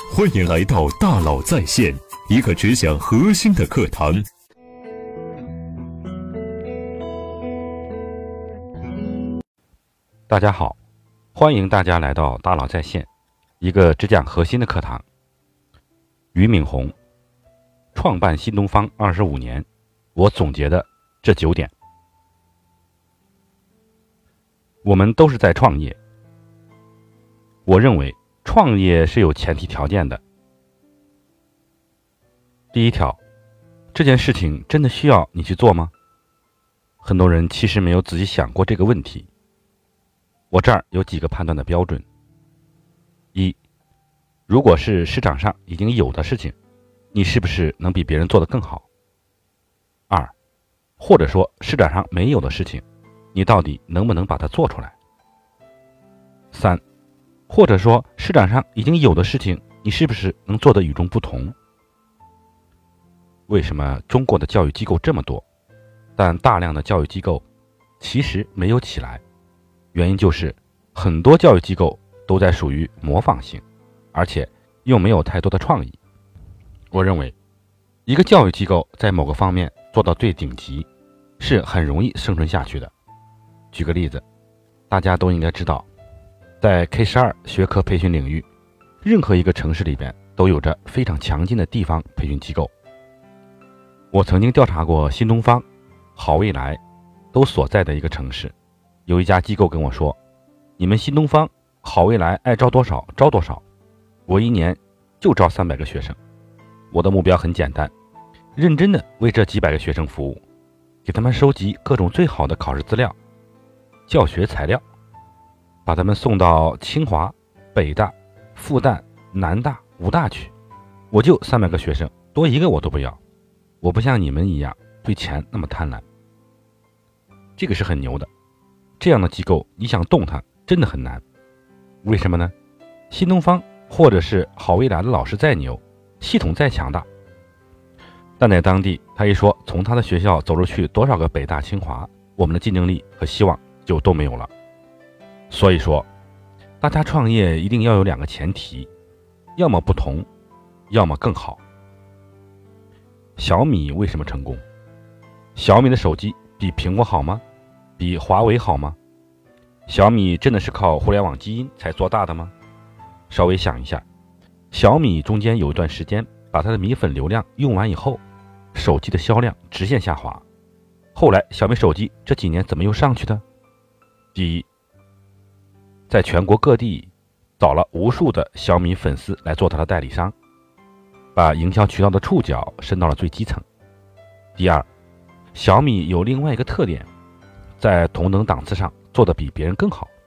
欢迎来到大佬在线，一个只讲核心的课堂。 大家好，欢迎大家来到大佬在线，一个只讲核心的课堂。俞敏洪创办新东方25年，我总结的这9点。我们都是在创业，我认为创业是有前提条件的。第一条，这件事情真的需要你去做吗？很多人其实没有仔细想过这个问题。我这儿有几个判断的标准：一，如果是市场上已经有的事情，你是不是能比别人做得更好？二，或者说市场上没有的事情，你到底能不能把它做出来？三，或者说市场上已经有的事情，你是不是能做得与众不同？为什么中国的教育机构这么多，但大量的教育机构其实没有起来？原因就是很多教育机构都在属于模仿型，而且又没有太多的创意。我认为一个教育机构在某个方面做到最顶级，是很容易生存下去的。举个例子，大家都应该知道，在 K12 学科培训领域，任何一个城市里边都有着非常强劲的地方培训机构。我曾经调查过新东方、好未来都所在的一个城市，有一家机构跟我说，你们新东方、好未来爱招多少招多少，我一年就招300个学生。我的目标很简单，认真的为这几百个学生服务，给他们收集各种最好的考试资料、教学材料，把他们送到清华、北大、复旦、南大、武大去。我就300个学生，多一个我都不要。我不像你们一样对钱那么贪婪。这个是很牛的，这样的机构你想动它真的很难。为什么呢？新东方或者是好未来的老师再牛，系统再强大，但在当地他一说从他的学校走出去多少个北大清华，我们的竞争力和希望就都没有了。所以说大家创业一定要有2个前提，要么不同，要么更好。小米为什么成功？小米的手机比苹果好吗？比华为好吗？小米真的是靠互联网基因才做大的吗？稍微想一下，小米中间有一段时间把它的米粉流量用完以后，手机的销量直线下滑。后来小米手机这几年怎么又上去的？第一，在全国各地找了无数的小米粉丝来做它的代理商，把营销渠道的触角伸到了最基层。第二，小米有另外一个特点，在同等档次上做得比别人更好。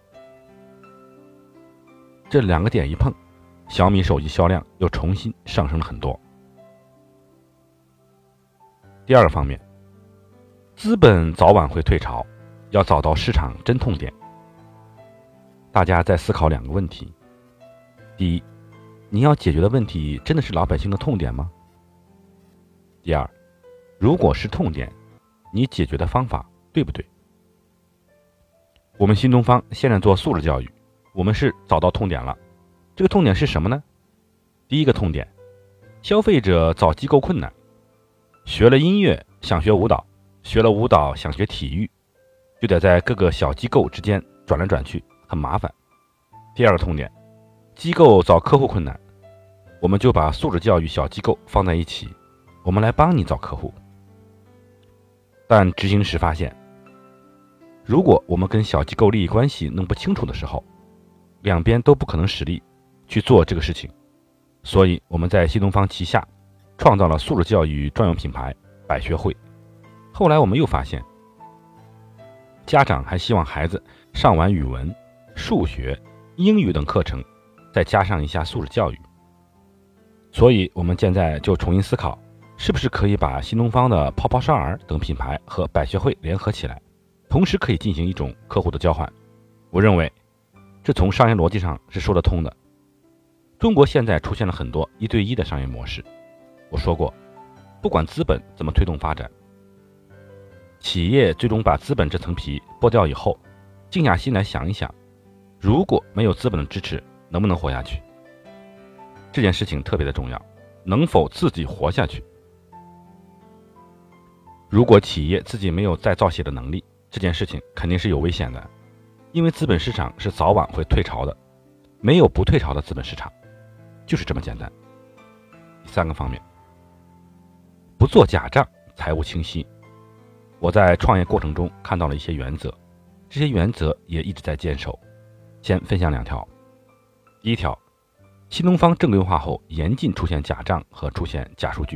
这2个点一碰，小米手机销量又重新上升了很多。第二个方面，资本早晚会退潮，要找到市场真痛点。大家在思考2个问题：第一，你要解决的问题真的是老百姓的痛点吗？第二，如果是痛点，你解决的方法对不对？我们新东方现在做素质教育，我们是找到痛点了。这个痛点是什么呢？第一个痛点，消费者找机构困难，学了音乐想学舞蹈，学了舞蹈想学体育，就得在各个小机构之间转来转去，很麻烦。第二个痛点，机构找客户困难，我们就把素质教育小机构放在一起，我们来帮你找客户。但执行时发现，如果我们跟小机构利益关系弄不清楚的时候，两边都不可能使力去做这个事情。所以我们在新东方旗下创造了素质教育专用品牌百学汇。后来我们又发现，家长还希望孩子上完语文、数学、英语等课程，再加上一下素质教育。所以我们现在就重新思考，是不是可以把新东方的泡泡少儿等品牌和百学汇联合起来，同时可以进行一种客户的交换。我认为这从商业逻辑上是说得通的。中国现在出现了很多1对1的商业模式。我说过，不管资本怎么推动发展，企业最终把资本这层皮剥掉以后，静下心来想一想，如果没有资本的支持，能不能活下去？ 这件事情特别的重要，能否自己活下去？如果企业自己没有再造血的能力，这件事情肯定是有危险的，因为资本市场是早晚会退潮的，没有不退潮的资本市场，就是这么简单。第三个方面，不做假账，财务清晰。我在创业过程中看到了一些原则，这些原则也一直在坚守。先分享2条。第一条，新东方正规化后严禁出现假账和出现假数据。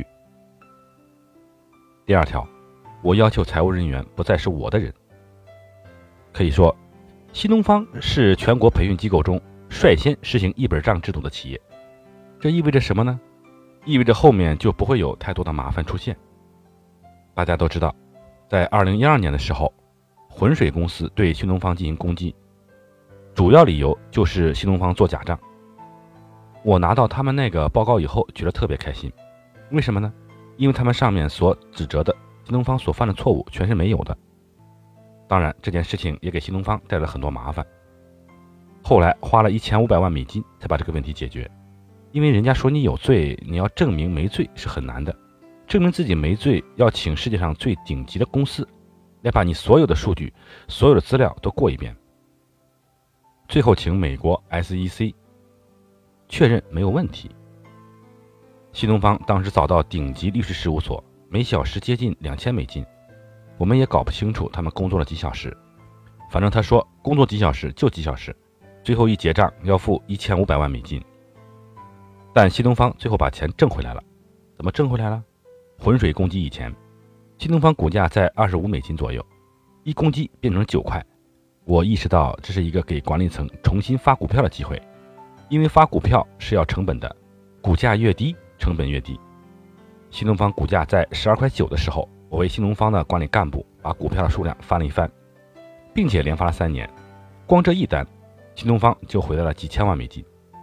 第2条，我要求财务人员不再是我的人。可以说，新东方是全国培训机构中率先实行一本账制度的企业。这意味着什么呢？意味着后面就不会有太多的麻烦出现。大家都知道，在2012年的时候，浑水公司对新东方进行攻击，主要理由就是新东方做假账。我拿到他们那个报告以后，觉得特别开心。为什么呢？因为他们上面所指责的新东方所犯的错误全是没有的。当然，这件事情也给新东方带来了很多麻烦。后来花了1500万美金才把这个问题解决。因为人家说你有罪，你要证明没罪是很难的。证明自己没罪，要请世界上最顶级的公司来把你所有的数据、所有的资料都过一遍。最后请美国 SEC 确认没有问题。新东方当时找到顶级律师事务所，每小时接近2000美金。我们也搞不清楚他们工作了几小时，反正他说工作几小时就几小时，最后一结账要付1500万美金。但新东方最后把钱挣回来了。怎么挣回来了？浑水攻击以前，新东方股价在25美金左右，一攻击变成9块。我意识到这是一个给管理层重新发股票的机会，因为发股票是要成本的，股价越低，成本越低。新东方股价在12.9块的时候，我为新东方的管理干部把股票的数量翻了一番，并且连发了3年，光这一单，新东方就回来了几千万美金。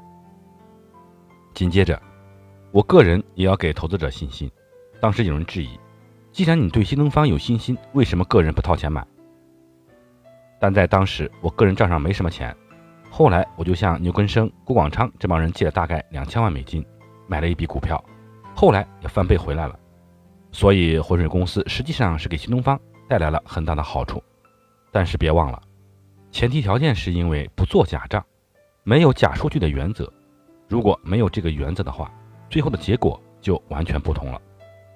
紧接着，我个人也要给投资者信心。当时有人质疑，既然你对新东方有信心，为什么个人不掏钱买？但在当时，我个人账上没什么钱。后来我就向牛根生、郭广昌这帮人借了大概2000万美金，买了一笔股票，后来也翻倍回来了。所以浑水公司实际上是给新东方带来了很大的好处。但是别忘了，前提条件是因为不做假账，没有假数据的原则。如果没有这个原则的话，最后的结果就完全不同了。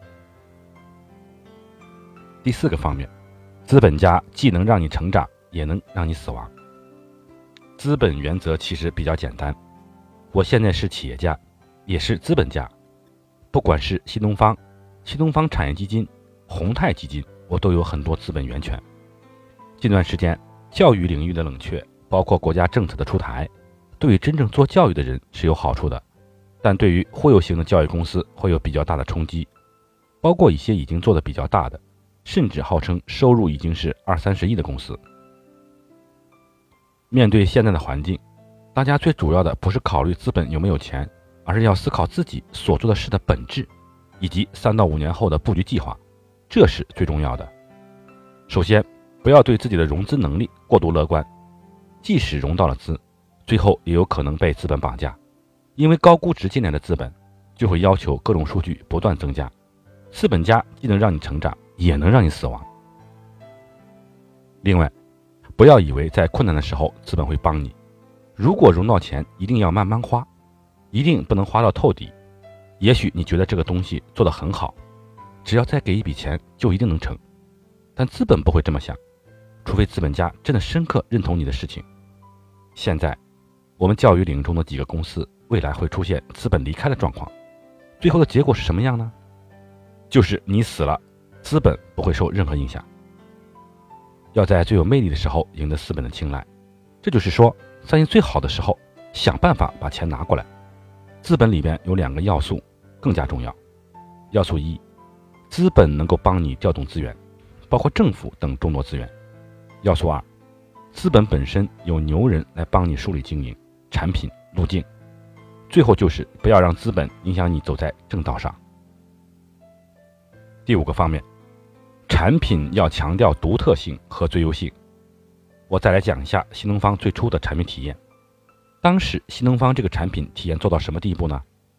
第4个方面，资本家既能让你成长，也能让你死亡。资本原则其实比较简单，我现在是企业家，也是资本家，不管是新东方、新东方产业基金、宏泰基金，我都有很多资本源权。近段时间，教育领域的冷却，包括国家政策的出台，对于真正做教育的人是有好处的，但对于忽悠型的教育公司会有比较大的冲击，包括一些已经做得比较大的，甚至号称收入已经是20-30亿的公司。面对现在的环境，大家最主要的不是考虑资本有没有钱，而是要思考自己所做的事的本质，以及3到5年后的布局计划，这是最重要的。首先，不要对自己的融资能力过度乐观，即使融到了资，最后也有可能被资本绑架，因为高估值进来的资本就会要求各种数据不断增加，资本家既能让你成长，也能让你死亡。另外，不要以为在困难的时候资本会帮你，如果融到钱一定要慢慢花，一定不能花到透底。也许你觉得这个东西做得很好，只要再给一笔钱就一定能成，但资本不会这么想，除非资本家真的深刻认同你的事情。现在我们教育领域中的几个公司未来会出现资本离开的状况，最后的结果是什么样呢？就是你死了，资本不会受任何影响。要在最有魅力的时候赢得资本的青睐，这就是说，在你最好的时候想办法把钱拿过来。资本里边有2个要素更加重要。要素1，资本能够帮你调动资源，包括政府等众多资源。要素2，资本本身有牛人来帮你梳理经营、产品、路径。最后就是不要让资本影响你走在正道上。第5个方面，产品要强调独特性和最优性。我再来讲一下新东方最初的产品体验。当时新东方这个产品体验做到什么地步呢？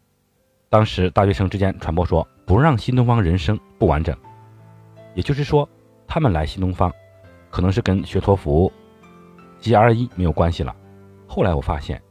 当时大学生之间传播说，不让新东方人生不完整，也就是说，他们来新东方可能是跟学托福、GRE 没有关系了。后来我发现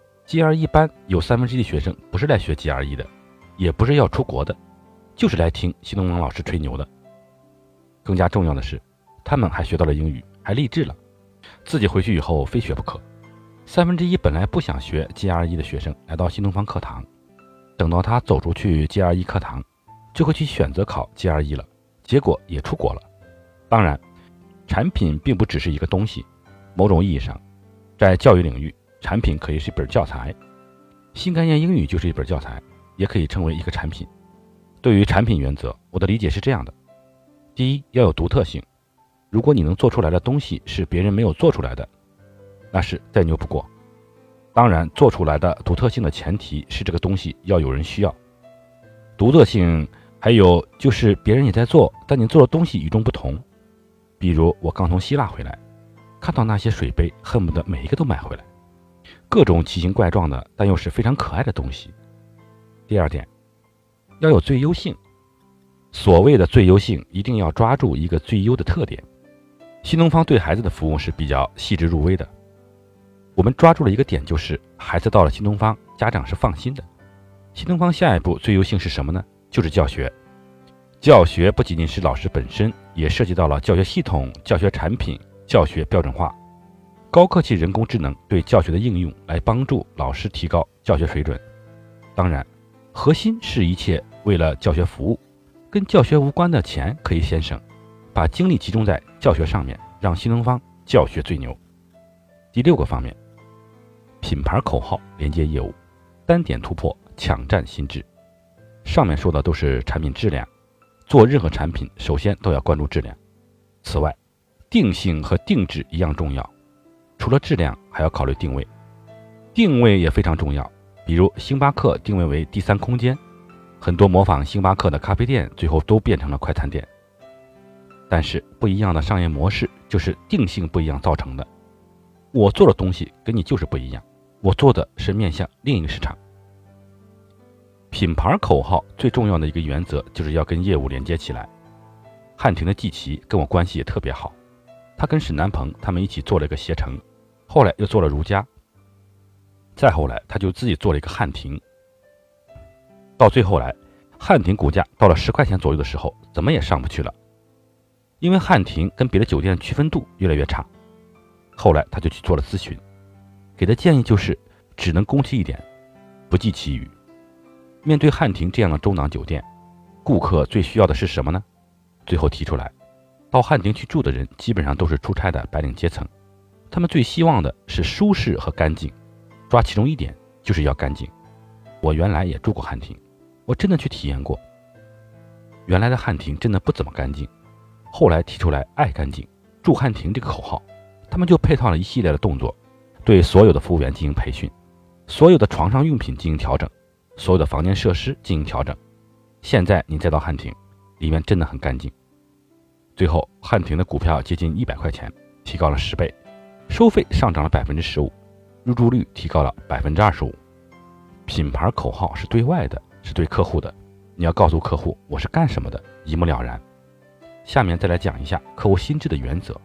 GRE 班有1/3的学生不是来学 GRE 的，也不是要出国的，就是来听新东方老师吹牛的。更加重要的是，他们还学到了英语，还励志了，自己回去以后非学不可。1/3本来不想学 GRE 的学生来到新东方课堂，等到他走出去 GRE 课堂，就会去选择考 GRE 了，结果也出国了。当然，产品并不只是一个东西，某种意义上，在教育领域，产品可以是一本教材，新概念英语就是一本教材，也可以称为一个产品。对于产品原则，我的理解是这样的：第一，要有独特性，如果你能做出来的东西是别人没有做出来的，那是再牛不过。当然，做出来的独特性的前提是这个东西要有人需要。独特性还有就是别人也在做，但你做的东西与众不同。比如我刚从希腊回来，看到那些水杯，恨不得每一个都买回来，各种奇形怪状的，但又是非常可爱的东西。第二点，要有最优性。所谓的最优性，一定要抓住一个最优的特点。新东方对孩子的服务是比较细致入微的，我们抓住了一个点，就是孩子到了新东方，家长是放心的。新东方下一步最优性是什么呢？就是教学。教学不仅仅是老师本身，也涉及到了教学系统、教学产品、教学标准化、高科技人工智能对教学的应用，来帮助老师提高教学水准。当然，核心是一切为了教学服务，跟教学无关的钱可以先省，把精力集中在教学上面，让新东方教学最牛。第6个方面，品牌口号连接业务，单点突破，抢占心智。上面说的都是产品质量，做任何产品首先都要关注质量。此外，定性和定制一样重要，除了质量还要考虑定位，定位也非常重要。比如星巴克定位为第3空间，很多模仿星巴克的咖啡店最后都变成了快餐店。但是不一样的商业模式就是定性不一样造成的，我做的东西跟你就是不一样，我做的是面向另一个市场。品牌口号最重要的一个原则就是要跟业务连接起来。汉庭的季琦跟我关系也特别好，他跟沈南鹏他们一起做了一个携程，后来又做了如家，再后来他就自己做了一个汉庭。到最后来，汉庭股价到了10块钱左右的时候，怎么也上不去了，因为汉庭跟别的酒店区分度越来越差。后来他就去做了咨询，给的建议就是只能攻其一点，不计其余。面对汉庭这样的中档酒店，顾客最需要的是什么呢？最后提出来，到汉庭去住的人基本上都是出差的白领阶层，他们最希望的是舒适和干净，抓其中一点就是要干净。我原来也住过汉庭，我真的去体验过，原来的汉庭真的不怎么干净。后来提出来爱干净住汉庭这个口号，他们就配套了一系列的动作，对所有的服务员进行培训，所有的床上用品进行调整，所有的房间设施进行调整。现在你再到汉庭，里面真的很干净。最后汉庭的股票接近100块钱，提高了10倍，收费上涨了15%，入住率提高了25%。品牌口号是对外的，是对客户的，你要告诉客户我是干什么的，一目了然。下面再来讲一下客户心智的原则。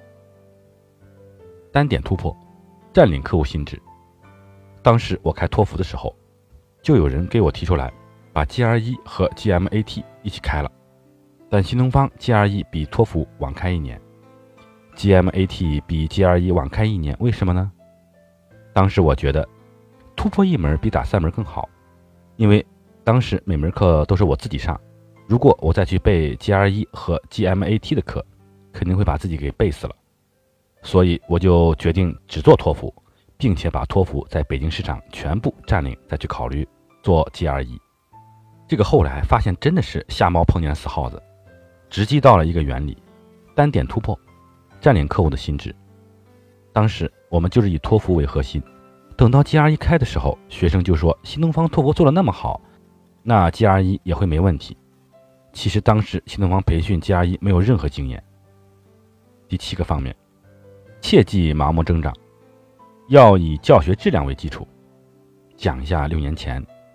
单点突破，占领客户心智。当时我开托福的时候，就有人给我提出来把 GRE 和 GMAT 一起开了，但新东方 GRE 比托福晚开1年， GMAT 比 GRE 晚开1年，为什么呢？当时我觉得突破1门比打3门更好，因为当时每门课都是我自己上，如果我再去背 GRE 和 GMAT 的课，肯定会把自己给背死了。所以我就决定只做托福，并且把托福在北京市场全部占领，再去考虑做 GRE。 这个后来发现真的是瞎猫碰见死耗子，直击到了一个原理，单点突破，占领客户的心智。当时我们就是以托福为核心，等到 GRE 开的时候，学生就说新东方托福做得那么好，那 GRE 也会没问题。其实当时新东方培训 GRE 没有任何经验。第7个方面，切忌盲目增长，要以教学质量为基础。讲一下6年前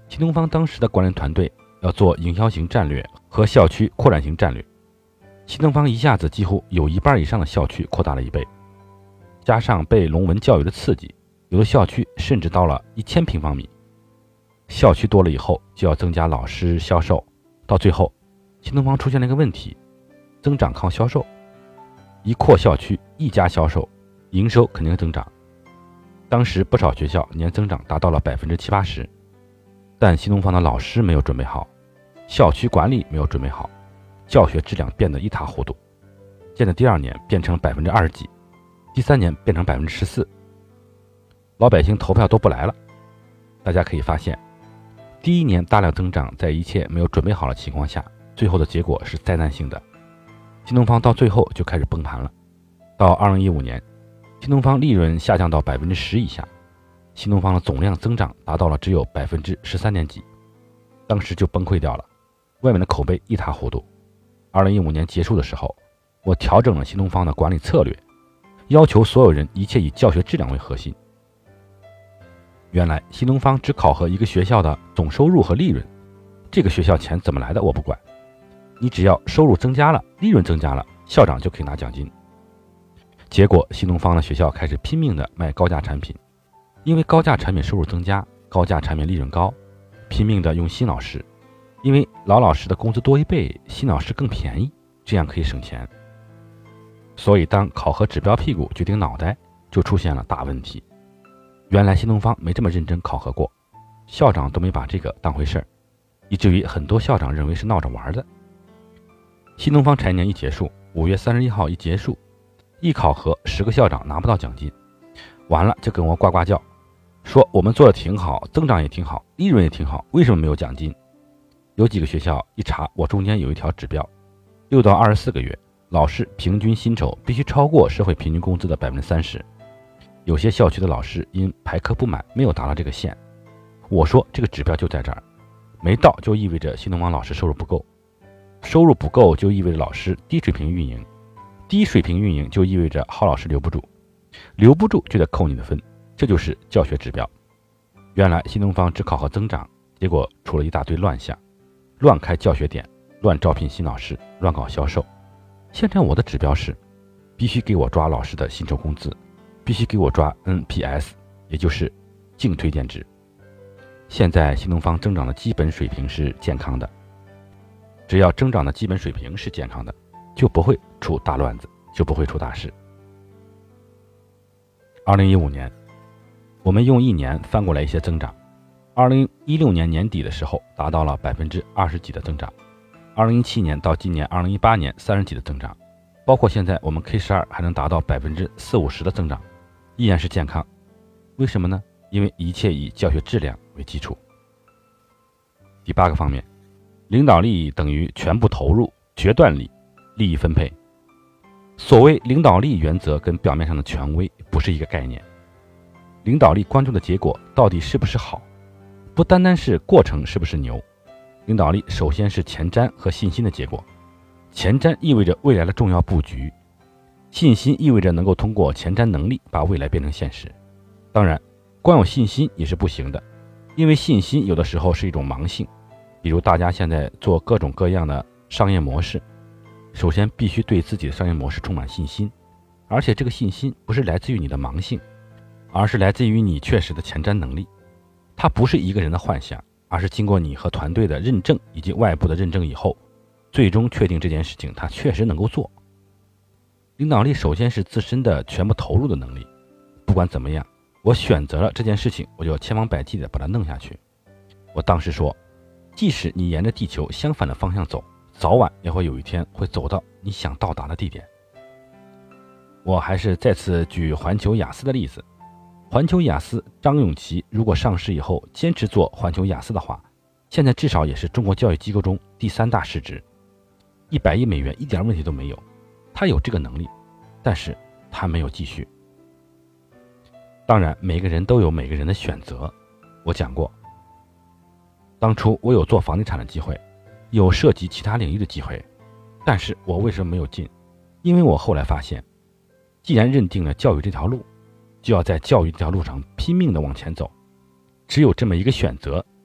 新东方当时的管理团队要做营销型战略和校区扩展型战略，新东方一下子几乎有1半以上的校区扩大了1倍，加上被龙文教育的刺激，有的校区甚至到了1000平方米。校区多了以后，就要增加老师、销售，到最后，新东方出现了一个问题：增长靠销售。一扩校区，一加销售，营收肯定增长。当时不少学校年增长达到了70%-80%，但新东方的老师没有准备好，校区管理没有准备好，教学质量变得一塌糊涂。建的第2年变成了20几，第3年变成14%，老百姓投票都不来了。大家可以发现，第1年大量增长，在一切没有准备好的情况下，最后的结果是灾难性的。新东方到最后就开始崩盘了。到2015年，新东方利润下降到10%以下，新东方的总量增长达到了只有13点几，当时就崩溃掉了，外面的口碑一塌糊涂。2015年结束的时候，我调整了新东方的管理策略，要求所有人一切以教学质量为核心。原来新东方只考核一个学校的总收入和利润，这个学校钱怎么来的我不管，你只要收入增加了，利润增加了，校长就可以拿奖金。结果新东方的学校开始拼命的卖高价产品，因为高价产品收入增加，高价产品利润高，拼命的用新老师，因为老老师的工资多1倍，新老师更便宜，这样可以省钱。所以当考核指标屁股决定脑袋，就出现了大问题。原来新东方没这么认真考核过，校长都没把这个当回事儿，以至于很多校长认为是闹着玩的。新东方财年一结束，5月31号一结束，一考核10个校长拿不到奖金，完了就跟我呱呱叫，说我们做的挺好，增长也挺好，利润也挺好，为什么没有奖金？有几个学校一查，我中间有一条指标，6到24个月，老师平均薪酬必须超过社会平均工资的30%。有些校区的老师因排课不满，没有达到这个线。我说这个指标就在这儿，没到就意味着新东方老师收入不够，收入不够就意味着老师低水平运营，低水平运营就意味着好老师留不住，留不住就得扣你的分，这就是教学指标。原来新东方只考核增长，结果出了一大堆乱象，乱开教学点，乱招聘新老师，乱搞销售。现在我的指标是，必须给我抓老师的薪酬工资，必须给我抓 NPS， 也就是净推荐值。现在新东方增长的基本水平是健康的，只要增长的基本水平是健康的，就不会出大乱子，就不会出大事。2015年，我们用1年翻过来一些增长。2016年年底的时候，达到了20几的增长。2017年到今年2018年30几的增长，包括现在我们 K12还能达到40-50%的增长，依然是健康。为什么呢？因为一切以教学质量为基础。第8个方面，领导力等于全部投入、决断力、利益分配。所谓领导力原则跟表面上的权威不是一个概念。领导力关注的结果到底是不是好，不单单是过程是不是牛。领导力首先是前瞻和信心的结果，前瞻意味着未来的重要布局，信心意味着能够通过前瞻能力把未来变成现实。当然，光有信心也是不行的，因为信心有的时候是一种盲性。比如大家现在做各种各样的商业模式，首先必须对自己的商业模式充满信心，而且这个信心不是来自于你的盲性，而是来自于你确实的前瞻能力。它不是一个人的幻想，而是经过你和团队的认证以及外部的认证以后，最终确定这件事情它确实能够做。领导力首先是自身的全部投入的能力，不管怎么样，我选择了这件事情，我就要千方百计的把它弄下去。我当时说，即使你沿着地球相反的方向走，早晚也会有一天会走到你想到达的地点。我还是再次举环球雅思的例子，环球雅思张永琪如果上市以后坚持做环球雅思的话，现在至少也是中国教育机构中第3大市值，100亿美元一点问题都没有。他有这个能力，但是他没有继续。当然每个人都有每个人的选择，我讲过，当初我有做房地产的机会，有涉及其他领域的机会，但是我为什么没有进？因为我后来发现，既然认定了教育这条路，就要在教育这条路上拼命的往前走，只有这么一个选择，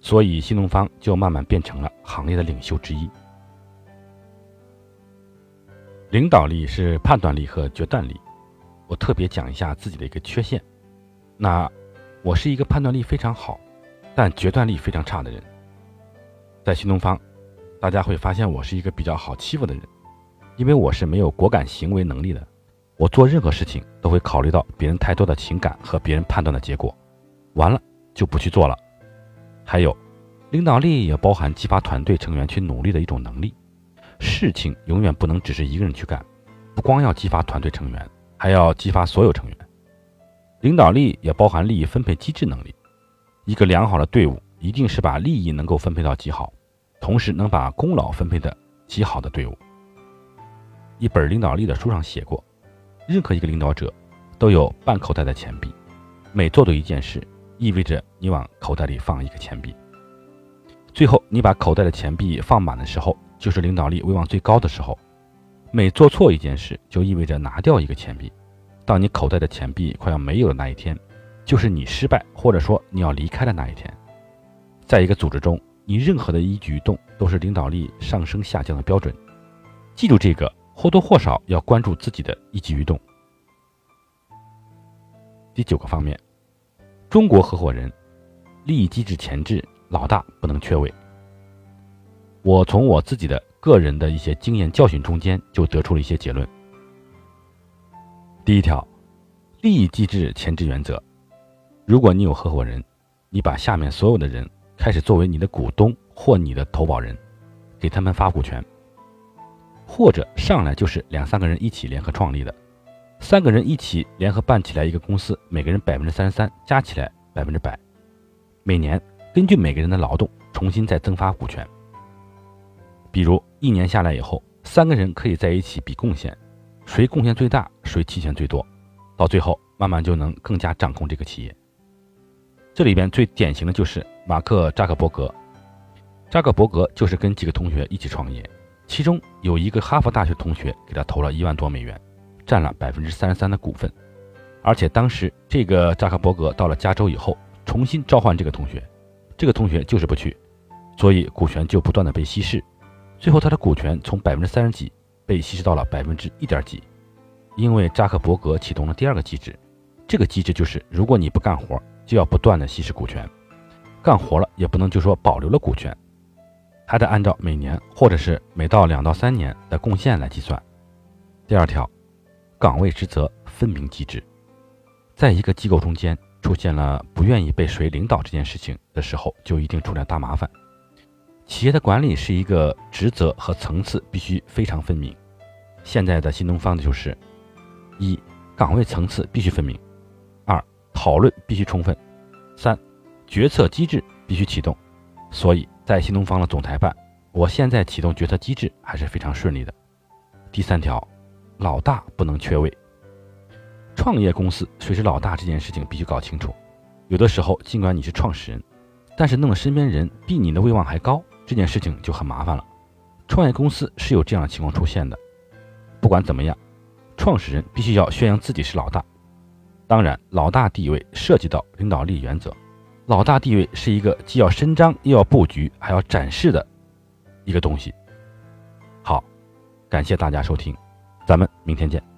所以新东方就慢慢变成了行业的领袖之一。领导力是判断力和决断力，我特别讲一下自己的一个缺陷。那我是一个判断力非常好，但决断力非常差的人。在新东方，大家会发现我是一个比较好欺负的人，因为我是没有果敢行为能力的。我做任何事情都会考虑到别人太多的情感和别人判断的结果，完了就不去做了。还有，领导力也包含激发团队成员去努力的一种能力。事情永远不能只是一个人去干，不光要激发团队成员，还要激发所有成员。领导力也包含利益分配机制能力。一个良好的队伍一定是把利益能够分配到极好，同时能把功劳分配的极好的队伍。一本领导力的书上写过，任何一个领导者都有半口袋的钱币，每做对一件事，意味着你往口袋里放一个钱币。最后你把口袋的钱币放满的时候，就是领导力威望最高的时候。每做错一件事，就意味着拿掉一个钱币。当你口袋的钱币快要没有的那一天，就是你失败或者说你要离开的那一天。在一个组织中，你任何的一举一动都是领导力上升下降的标准。记住这个，或多或少要关注自己的一举一动。第9个方面，中国合伙人利益机制前置，老大不能缺位。我从我自己的个人的一些经验教训中间就得出了一些结论。第一条，利益机制前置原则。如果你有合伙人，你把下面所有的人开始作为你的股东或你的投保人，给他们发股权，或者上来就是2-3个人一起联合创立的，3个人一起联合办起来一个公司，每个人33%，加起来100%，每年根据每个人的劳动重新再增发股权。比如1年下来以后，3个人可以在一起比贡献，谁贡献最大，谁期权最多，到最后慢慢就能更加掌控这个企业。这里边最典型的就是马克·扎克伯格。扎克伯格就是跟几个同学一起创业，其中有一个哈佛大学同学给他投了1万多美元，占了33%的股份。而且当时这个扎克伯格到了加州以后，重新召唤这个同学，这个同学就是不去，所以股权就不断的被稀释。最后他的股权从30%几被稀释到了1%几，因为扎克伯格启动了第2个机制。这个机制就是如果你不干活，就要不断的稀释股权，干活了也不能就说保留了股权，还得按照每年或者是每到2到3年的贡献来计算。第2条，岗位职责分明机制。在一个机构中间出现了不愿意被谁领导这件事情的时候，就一定出来大麻烦。企业的管理是一个职责和层次必须非常分明。现在的新东方的就是：1. 岗位层次必须分明； 2. 讨论必须充分； 3. 决策机制必须启动。所以在新东方的总裁办，我现在启动决策机制还是非常顺利的。第3条，老大不能缺位。创业公司谁是老大这件事情必须搞清楚。有的时候尽管你是创始人，但是弄得身边人比你的威望还高，这件事情就很麻烦了。创业公司是有这样的情况出现的。不管怎么样，创始人必须要宣扬自己是老大。当然，老大地位涉及到领导力原则。老大地位是一个既要伸张又要布局还要展示的一个东西。好，感谢大家收听，咱们明天见。